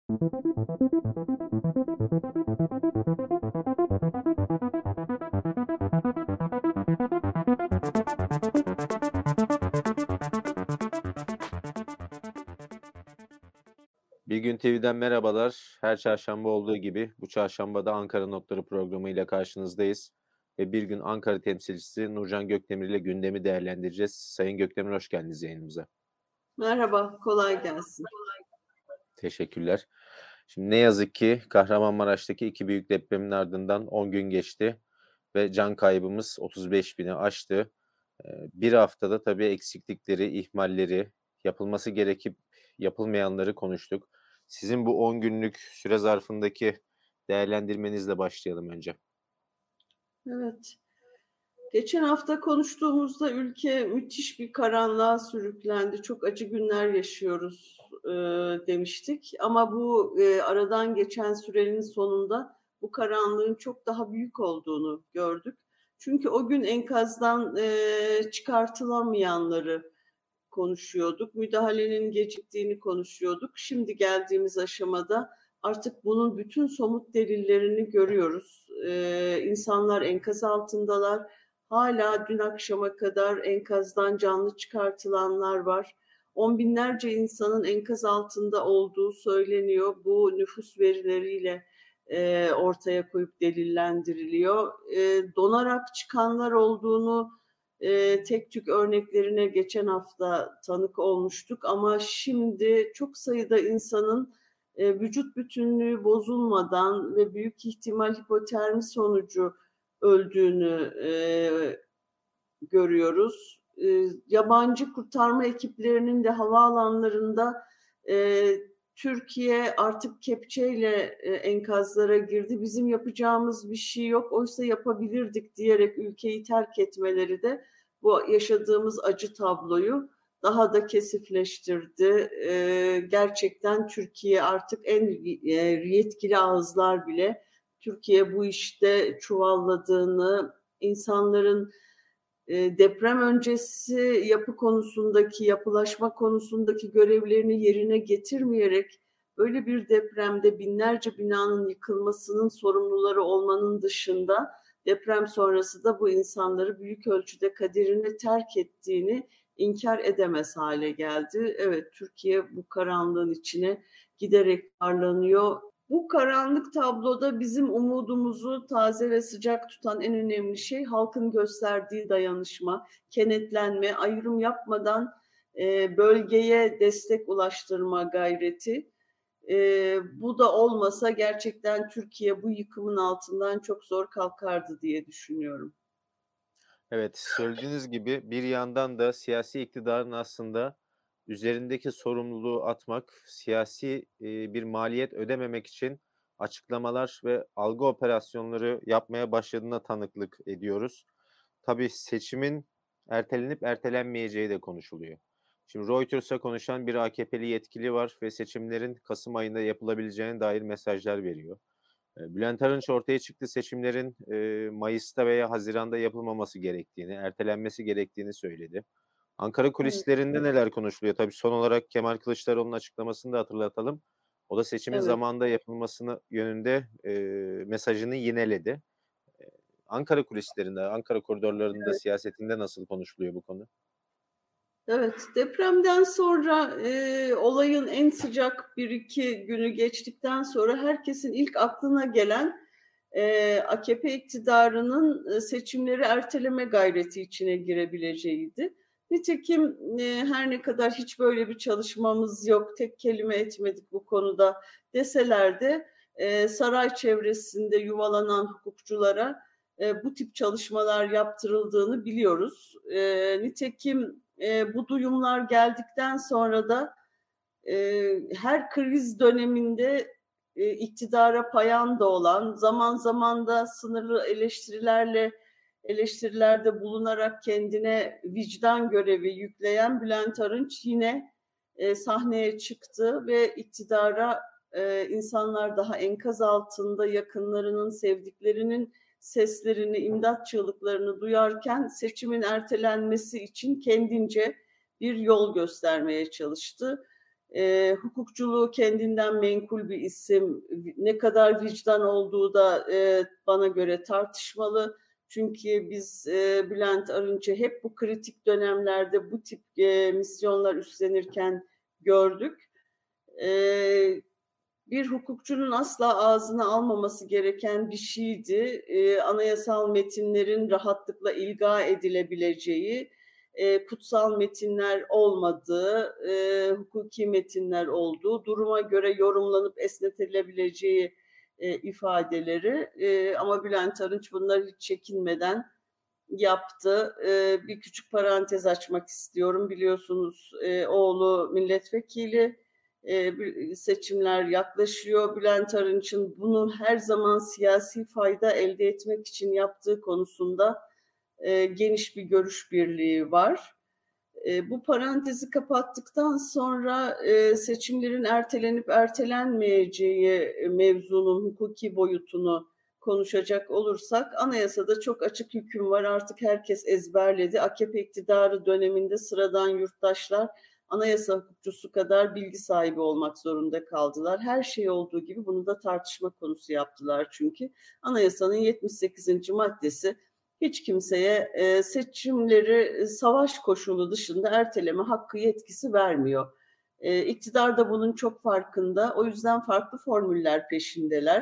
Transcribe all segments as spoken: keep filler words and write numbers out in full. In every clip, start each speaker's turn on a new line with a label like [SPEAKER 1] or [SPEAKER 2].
[SPEAKER 1] Bir Gün T V'den merhabalar. Her çarşamba olduğu gibi bu çarşamba da Ankara Notları programıyla karşınızdayız. Ve bir gün Ankara temsilcisi Nurcan Gökdemir ile gündemi değerlendireceğiz. Sayın Gökdemir, hoş geldiniz yayınımıza.
[SPEAKER 2] Merhaba, kolay gelsin.
[SPEAKER 1] Teşekkürler. Şimdi ne yazık ki Kahramanmaraş'taki iki büyük depremin ardından on gün geçti ve can kaybımız otuz beş bini aştı. Ee, Bir haftada tabii eksiklikleri, ihmalleri, yapılması gerekip yapılmayanları konuştuk. Sizin bu on günlük süre zarfındaki değerlendirmenizle başlayalım önce.
[SPEAKER 2] Evet, geçen hafta konuştuğumuzda ülke müthiş bir karanlığa sürüklendi. Çok acı günler yaşıyoruz e, demiştik. Ama bu e, aradan geçen sürenin sonunda bu karanlığın çok daha büyük olduğunu gördük. Çünkü o gün enkazdan e, çıkartılamayanları konuşuyorduk. Müdahalenin geciktiğini konuşuyorduk. Şimdi geldiğimiz aşamada artık bunun bütün somut delillerini görüyoruz. Ee, insanlar enkaz altındalar. Hala dün akşama kadar enkazdan canlı çıkartılanlar var. On binlerce insanın enkaz altında olduğu söyleniyor. Bu nüfus verileriyle e, ortaya koyup delillendiriliyor. E, donarak çıkanlar olduğunu e, tek tük örneklerine geçen hafta tanık olmuştuk ama şimdi çok sayıda insanın e, vücut bütünlüğü bozulmadan ve büyük ihtimal hipotermi sonucu öldüğünü e, görüyoruz. E, yabancı kurtarma ekiplerinin de havaalanlarında e, Türkiye artık kepçeyle e, enkazlara girdi. Bizim yapacağımız bir şey yok. Oysa yapabilirdik diyerek ülkeyi terk etmeleri de bu yaşadığımız acı tabloyu daha da kesifleştirdi. E, gerçekten Türkiye artık en e, yetkili ağızlar bile Türkiye bu işte çuvalladığını, insanların deprem öncesi yapı konusundaki, yapılaşma konusundaki görevlerini yerine getirmeyerek böyle bir depremde binlerce binanın yıkılmasının sorumluları olmanın dışında deprem sonrası da bu insanları büyük ölçüde kaderine terk ettiğini inkar edemez hale geldi. Evet, Türkiye bu karanlığın içine giderek parlanıyor. Bu karanlık tabloda bizim umudumuzu taze ve sıcak tutan en önemli şey halkın gösterdiği dayanışma, kenetlenme, ayrım yapmadan e, bölgeye destek ulaştırma gayreti. E, bu da olmasa gerçekten Türkiye bu yıkımın altından çok zor kalkardı diye düşünüyorum.
[SPEAKER 1] Evet, söylediğiniz gibi bir yandan da siyasi iktidarın aslında üzerindeki sorumluluğu atmak, siyasi e, bir maliyet ödememek için açıklamalar ve algı operasyonları yapmaya başladığına tanıklık ediyoruz. Tabii seçimin ertelenip ertelenmeyeceği de konuşuluyor. Şimdi Reuters'a konuşan bir A K P'li yetkili var ve seçimlerin Kasım ayında yapılabileceğine dair mesajlar veriyor. Eee, Bülent Arınç ortaya çıktı, seçimlerin, eee, Mayıs'ta veya Haziran'da yapılmaması gerektiğini, ertelenmesi gerektiğini söyledi. Ankara
[SPEAKER 2] Evet,
[SPEAKER 1] kulislerinde neler konuşuluyor? Tabii son olarak Kemal Kılıçdaroğlu'nun açıklamasını da hatırlatalım. O da seçimin
[SPEAKER 2] evet.
[SPEAKER 1] zamanında yapılmasını yönünde, eee, mesajını yineledi. Eee, Ankara kulislerinde, Ankara koridorlarında, siyasetinde nasıl konuşuluyor bu konu?
[SPEAKER 2] Evet, depremden sonra e, olayın en sıcak bir iki günü geçtikten sonra herkesin ilk aklına gelen e, A K P iktidarının e, seçimleri erteleme gayreti içine girebileceğiydi. Nitekim e, her ne kadar hiç böyle bir çalışmamız yok, tek kelime etmedik bu konuda deseler de e, saray çevresinde yuvalanan hukukçulara e, bu tip çalışmalar yaptırıldığını biliyoruz. E, nitekim e, bu duyumlar geldikten sonra da e, her kriz döneminde e, iktidara payanda olan, zaman zaman da sınırlı eleştirilerle eleştirilerde bulunarak kendine vicdan görevi yükleyen Bülent Arınç yine e, sahneye çıktı ve iktidara e, insanlar daha enkaz altında yakınlarının, sevdiklerinin seslerini, imdat çığlıklarını duyarken seçimin ertelenmesi için kendince bir yol göstermeye çalıştı. E, hukukçuluğu kendinden menkul bir isim. Ne kadar vicdan olduğu da e, bana göre tartışmalı. Çünkü biz e, Bülent Arınç'ı hep bu kritik dönemlerde bu tip e, misyonlar üstlenirken gördük. E, bir hukukçunun asla ağzına almaması gereken bir şeydi. E, anayasal metinlerin rahatlıkla ilga edilebileceği, e, kutsal metinler olmadığı, e, hukuki metinler olduğu, duruma göre yorumlanıp esnetilebileceği e, ifadeleri. E, ama Bülent Arınç bunları hiç çekinmeden yaptı. E, bir küçük parantez açmak istiyorum. Biliyorsunuz e, oğlu milletvekili, e, seçimler yaklaşıyor. Bülent Arınç'ın bunu her zaman siyasi fayda elde etmek için yaptığı konusunda e, geniş bir görüş birliği var. E, bu parantezi kapattıktan sonra e, seçimlerin ertelenip ertelenmeyeceği mevzunun hukuki boyutunu konuşacak olursak, anayasada çok açık hüküm var. Artık herkes ezberledi. A K P iktidarı döneminde sıradan yurttaşlar anayasa hukukçusu kadar bilgi sahibi olmak zorunda kaldılar. Her şey olduğu gibi bunu da tartışma konusu yaptılar çünkü. Anayasanın yetmiş sekizinci maddesi hiç kimseye e, seçimleri savaş koşulu dışında erteleme hakkı, yetkisi vermiyor. E, iktidar da bunun çok farkında. O yüzden farklı formüller peşindeler.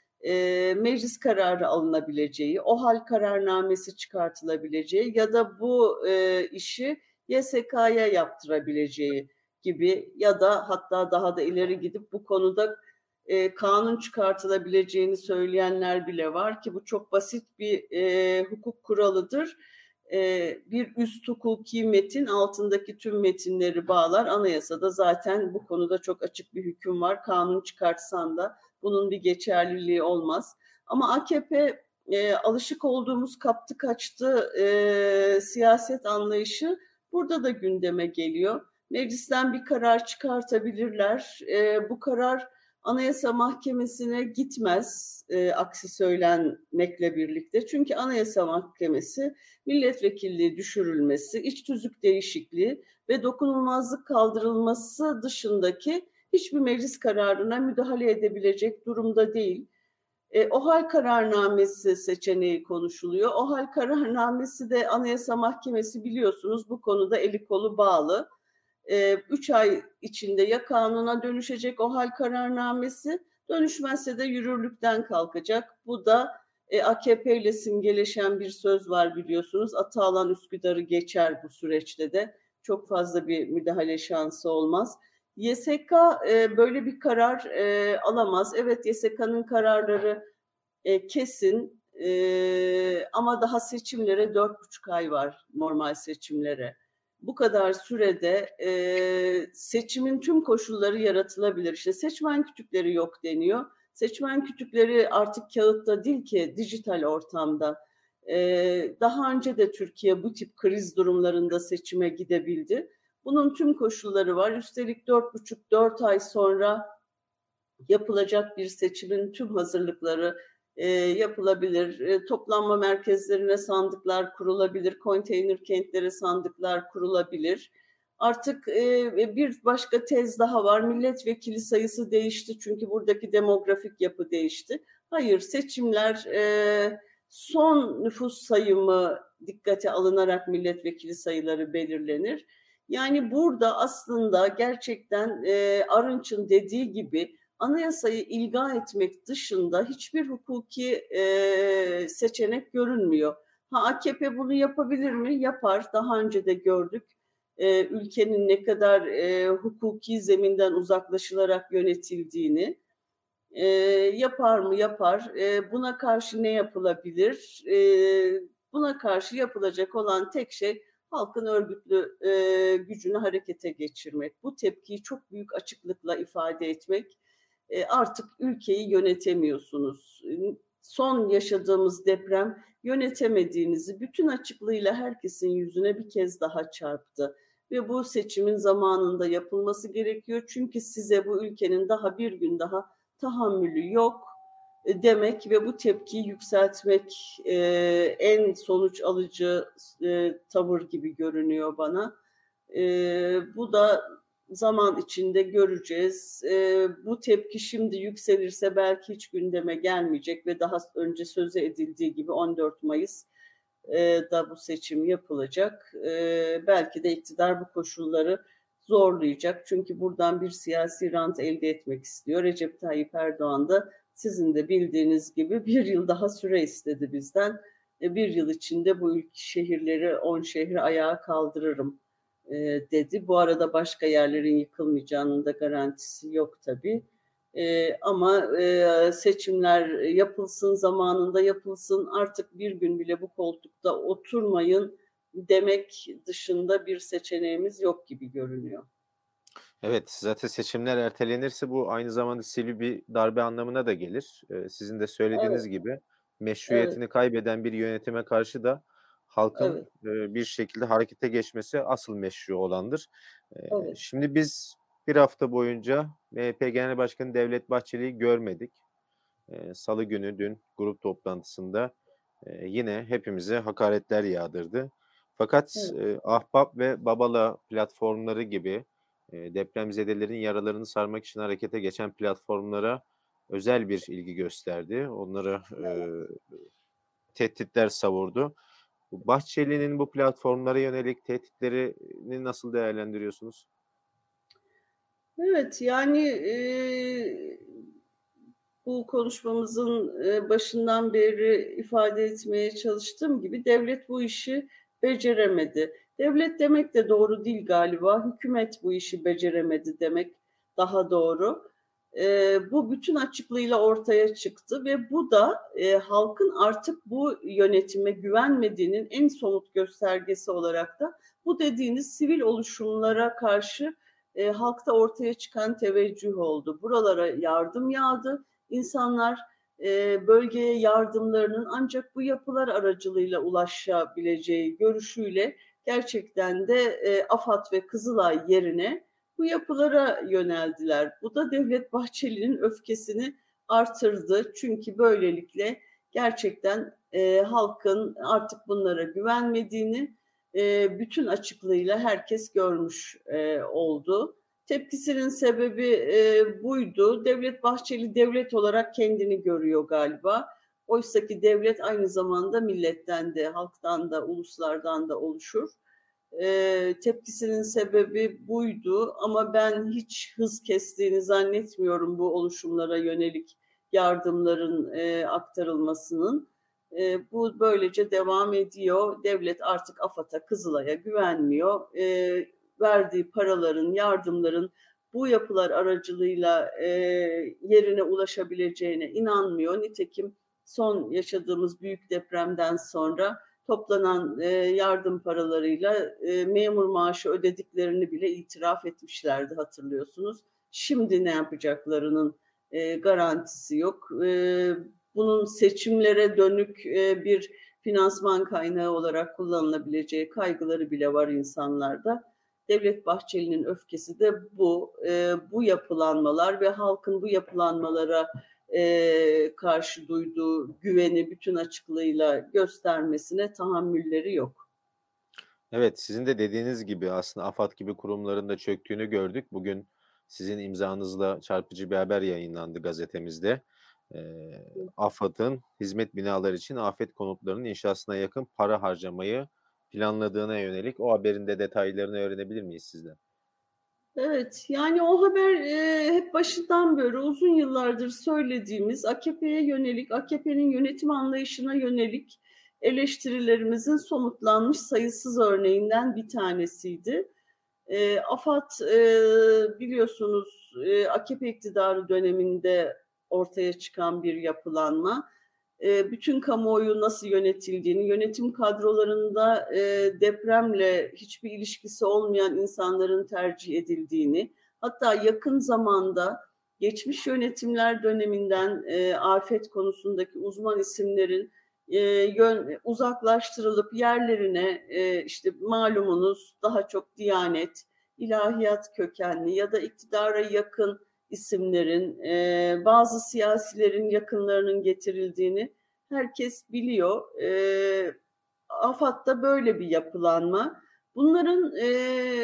[SPEAKER 2] E, meclis kararı alınabileceği, OHAL kararnamesi çıkartılabileceği ya da bu e, işi Y S K'ya yaptırabileceği gibi, ya da hatta daha da ileri gidip bu konuda e, kanun çıkartılabileceğini söyleyenler bile var ki bu çok basit bir e, hukuk kuralıdır. E, bir üst hukuki metin altındaki tüm metinleri bağlar. Anayasada zaten bu konuda çok açık bir hüküm var. Kanun çıkartsan da bunun bir geçerliliği olmaz. Ama A K P e, alışık olduğumuz kaptı kaçtı e, siyaset anlayışı burada da gündeme geliyor. Meclisten bir karar çıkartabilirler. E, bu karar Anayasa Mahkemesi'ne gitmez, e, aksi söylenmekle birlikte. Çünkü Anayasa Mahkemesi milletvekilliği düşürülmesi, iç tüzük değişikliği ve dokunulmazlık kaldırılması dışındaki hiçbir meclis kararına müdahale edebilecek durumda değil. E, OHAL kararnamesi seçeneği konuşuluyor. OHAL kararnamesi de Anayasa Mahkemesi biliyorsunuz bu konuda eli kolu bağlı. E, üç ay içinde ya kanuna dönüşecek OHAL kararnamesi, dönüşmezse de yürürlükten kalkacak. Bu da e, A K P ile simgeleşen bir söz var biliyorsunuz. Ata alan Üsküdar'ı geçer bu süreçte de. Çok fazla bir müdahale şansı olmaz. Y S K e, böyle bir karar e, alamaz. Evet, Y S K'nın kararları e, kesin e, ama daha seçimlere dört buçuk ay var, normal seçimlere. Bu kadar sürede e, seçimin tüm koşulları yaratılabilir. İşte seçmen kütükleri yok deniyor. Seçmen kütükleri artık kağıtta değil ki dijital ortamda. E, daha önce de Türkiye bu tip kriz durumlarında seçime gidebildi. Bunun tüm koşulları var. Üstelik dört buçuk dört ay sonra yapılacak bir seçimin tüm hazırlıkları e, yapılabilir. E, toplanma merkezlerine sandıklar kurulabilir. Konteyner kentlere sandıklar kurulabilir. Artık e, bir başka tez daha var. Milletvekili sayısı değişti çünkü buradaki demografik yapı değişti. Hayır, seçimler e, son nüfus sayımı dikkate alınarak milletvekili sayıları belirlenir. Yani burada aslında gerçekten e, Arınç'ın dediği gibi anayasayı ilga etmek dışında hiçbir hukuki e, seçenek görünmüyor. Ha, A K P bunu yapabilir mi? Yapar. Daha önce de gördük. E, ülkenin ne kadar e, hukuki zeminden uzaklaşılarak yönetildiğini. E, yapar mı? Yapar. E, buna karşı ne yapılabilir? E, buna karşı yapılacak olan tek şey halkın örgütlü e, gücünü harekete geçirmek. Bu tepkiyi çok büyük açıklıkla ifade etmek. E, artık ülkeyi yönetemiyorsunuz. Son yaşadığımız deprem yönetemediğinizi bütün açıklığıyla herkesin yüzüne bir kez daha çarptı. Ve bu seçimin zamanında yapılması gerekiyor. Çünkü size bu ülkenin daha bir gün daha tahammülü yok demek ve bu tepkiyi yükseltmek e, en sonuç alıcı e, tavır gibi görünüyor bana. E, bu da zaman içinde göreceğiz. Eee, bu tepki şimdi yükselirse belki hiç gündeme gelmeyecek ve daha önce sözü edildiği gibi on dört Mayıs eee, da bu seçim yapılacak. Eee, belki de iktidar bu koşulları zorlayacak. Çünkü buradan bir siyasi rant elde etmek istiyor. Recep Tayyip Erdoğan da sizin de bildiğiniz gibi bir yıl daha süre istedi bizden. E, bir yıl içinde bu ülke şehirleri, on şehri ayağa kaldırırım e, dedi. Bu arada başka yerlerin yıkılmayacağının da garantisi yok tabii. E, ama e, seçimler yapılsın, zamanında yapılsın, artık bir gün bile bu koltukta oturmayın demek dışında bir seçeneğimiz yok gibi görünüyor.
[SPEAKER 1] Evet, zaten seçimler ertelenirse bu aynı zamanda sivil bir darbe anlamına da gelir. Eee, sizin de söylediğiniz
[SPEAKER 2] Evet,
[SPEAKER 1] gibi
[SPEAKER 2] evet,
[SPEAKER 1] meşruiyetini kaybeden bir yönetime karşı da halkın,
[SPEAKER 2] evet,
[SPEAKER 1] eee, bir şekilde harekete geçmesi asıl meşru olandır. Eee,
[SPEAKER 2] evet,
[SPEAKER 1] şimdi biz bir hafta boyunca M H P Genel Başkanı Devlet Bahçeli'yi görmedik. Eee, Salı günü dün grup toplantısında, eee, yine hepimize hakaretler yağdırdı. Fakat,
[SPEAKER 2] evet,
[SPEAKER 1] eee, Ahbap ve Babala platformları gibi, eee, depremzedelerin yaralarını sarmak için harekete geçen platformlara özel bir ilgi gösterdi. Onlara, eee, tehditler savurdu. Bu Bahçeli'nin bu platformlara yönelik tehditlerini nasıl değerlendiriyorsunuz?
[SPEAKER 2] evet. Yani eee, bu konuşmamızın eee, başından beri ifade etmeye çalıştığım gibi devlet bu işi beceremedi. Devlet demek de doğru değil galiba. Hükümet bu işi beceremedi demek daha doğru. Eee, bu bütün açıklığıyla ortaya çıktı ve bu da eee, halkın artık bu yönetime güvenmediğinin en somut göstergesi olarak da bu dediğiniz sivil oluşumlara karşı eee, halkta ortaya çıkan teveccüh oldu. Buralara yardım yağdı. İnsanlar eee, bölgeye yardımlarının ancak bu yapılar aracılığıyla ulaşabileceği görüşüyle gerçekten de eee, AFAD ve Kızılay yerine bu yapılara yöneldiler. Bu da Devlet Bahçeli'nin öfkesini artırdı. Çünkü böylelikle gerçekten eee, halkın artık bunlara güvenmediğini eee, bütün açıklığıyla herkes görmüş eee, oldu. Tepkisinin sebebi e, buydu. Devlet Bahçeli devlet olarak kendini görüyor galiba. Oysaki devlet aynı zamanda milletten de, halktan da, uluslardan da oluşur. E, tepkisinin sebebi buydu ama ben hiç hız kestiğini zannetmiyorum bu oluşumlara yönelik yardımların e, aktarılmasının. E, bu böylece devam ediyor. Devlet artık AFAD'a, Kızılay'a güvenmiyor. E, verdiği paraların, yardımların bu yapılar aracılığıyla e, yerine ulaşabileceğine inanmıyor. Nitekim son yaşadığımız büyük depremden sonra toplanan e, yardım paralarıyla e, memur maaşı ödediklerini bile itiraf etmişlerdi hatırlıyorsunuz. Şimdi ne yapacaklarının e, garantisi yok. E, bunun seçimlere dönük e, bir finansman kaynağı olarak kullanılabileceği kaygıları bile var insanlarda. Devlet Bahçeli'nin öfkesi de bu. E, bu yapılanmalar ve halkın bu yapılanmalara e, karşı duyduğu güveni bütün açıklığıyla göstermesine tahammülleri yok.
[SPEAKER 1] Evet, sizin de dediğiniz gibi aslında AFAD gibi kurumların da çöktüğünü gördük. Bugün sizin imzanızla çarpıcı bir haber yayınlandı gazetemizde. Eee, AFAD'ın hizmet binaları için afet konutlarının inşasına yakın para harcamayı planladığına yönelik o haberin de detaylarını öğrenebilir miyiz sizden?
[SPEAKER 2] Evet, yani o haber e, hep başından beri uzun yıllardır söylediğimiz A K P'ye yönelik, A K P'nin yönetim anlayışına yönelik eleştirilerimizin somutlanmış sayısız örneğinden bir tanesiydi. E, AFAD e, biliyorsunuz e, A K P iktidarı döneminde ortaya çıkan bir yapılanma. E, bütün kamuoyu nasıl yönetildiğini, yönetim kadrolarında e, depremle hiçbir ilişkisi olmayan insanların tercih edildiğini, hatta yakın zamanda geçmiş yönetimler döneminden e, afet konusundaki uzman isimlerin e, yön, uzaklaştırılıp yerlerine e, işte malumunuz daha çok Diyanet, ilahiyat kökenli ya da iktidara yakın isimlerin, e, bazı siyasilerin yakınlarının getirildiğini herkes biliyor. E, AFAD'da böyle bir yapılanma. Bunların e,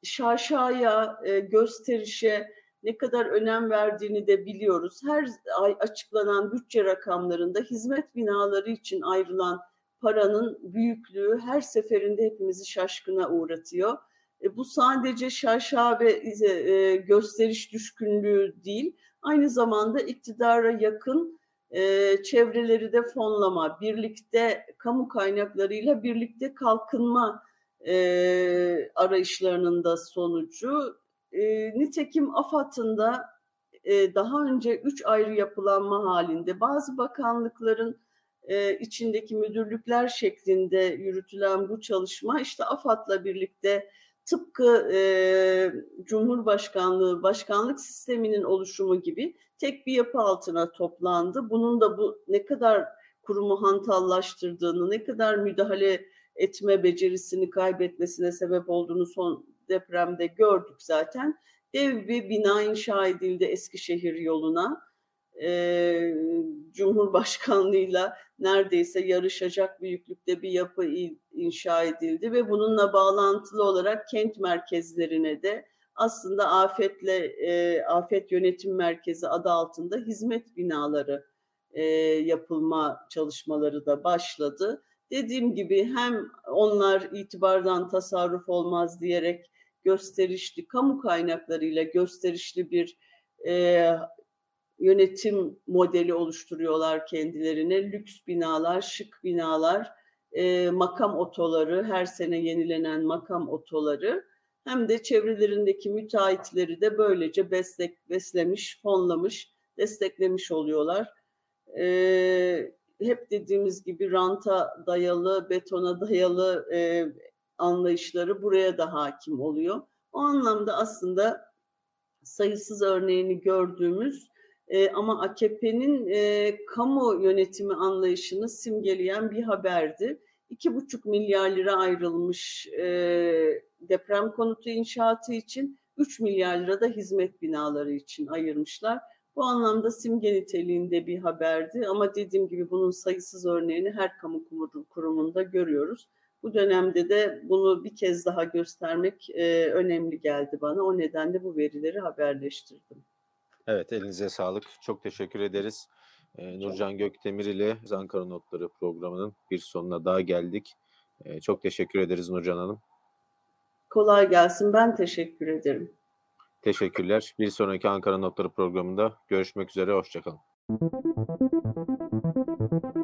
[SPEAKER 2] şaşaya, e, gösterişe ne kadar önem verdiğini de biliyoruz. Her ay açıklanan bütçe rakamlarında hizmet binaları için ayrılan paranın büyüklüğü her seferinde hepimizi şaşkına uğratıyor. E, bu sadece şaşa ve e, gösteriş düşkünlüğü değil, aynı zamanda iktidara yakın e, çevreleri de fonlama, birlikte kamu kaynaklarıyla birlikte kalkınma e, arayışlarının da sonucu. E, nitekim AFAD'ın da e, daha önce üç ayrı yapılanma halinde bazı bakanlıkların e, içindeki müdürlükler şeklinde yürütülen bu çalışma işte AFAD'la birlikte tıpkı e, Cumhurbaşkanlığı başkanlık sisteminin oluşumu gibi tek bir yapı altına toplandı. Bunun da bu ne kadar kurumu hantallaştırdığını, ne kadar müdahale etme becerisini kaybetmesine sebep olduğunu son depremde gördük zaten. Dev bir bina inşa edildi Eskişehir yoluna. Ee, Cumhurbaşkanlığıyla neredeyse yarışacak büyüklükte bir yapı inşa edildi ve bununla bağlantılı olarak kent merkezlerine de aslında afetle e, afet yönetim merkezi adı altında hizmet binaları e, yapılma çalışmaları da başladı. Dediğim gibi hem onlar itibardan tasarruf olmaz diyerek gösterişli, kamu kaynaklarıyla gösterişli bir e, yönetim modeli oluşturuyorlar kendilerine. Lüks binalar, şık binalar, e, makam otoları, her sene yenilenen makam otoları hem de çevrelerindeki müteahhitleri de böylece beslek, beslemiş, fonlamış, desteklemiş oluyorlar. E, hep dediğimiz gibi ranta dayalı, betona dayalı e, anlayışları buraya da hakim oluyor. O anlamda aslında sayısız örneğini gördüğümüz e, ama A K P'nin e, kamu yönetimi anlayışını simgeleyen bir haberdi. iki buçuk milyar lira ayrılmış e, deprem konutu inşaatı için, üç milyar lira da hizmet binaları için ayırmışlar. Bu anlamda simge niteliğinde bir haberdi ama dediğim gibi bunun sayısız örneğini her kamu kurumunda görüyoruz. Bu dönemde de bunu bir kez daha göstermek e, önemli geldi bana. O nedenle bu verileri haberleştirdim.
[SPEAKER 1] Evet, elinize sağlık. Çok teşekkür ederiz. Ee, Nurcan Gökdemir ile Ankara Notları programının bir sonuna daha geldik. Ee, çok teşekkür ederiz Nurcan Hanım.
[SPEAKER 2] Kolay gelsin. Ben teşekkür ederim.
[SPEAKER 1] Teşekkürler. Bir sonraki Ankara Notları programında görüşmek üzere. Hoşça kalın.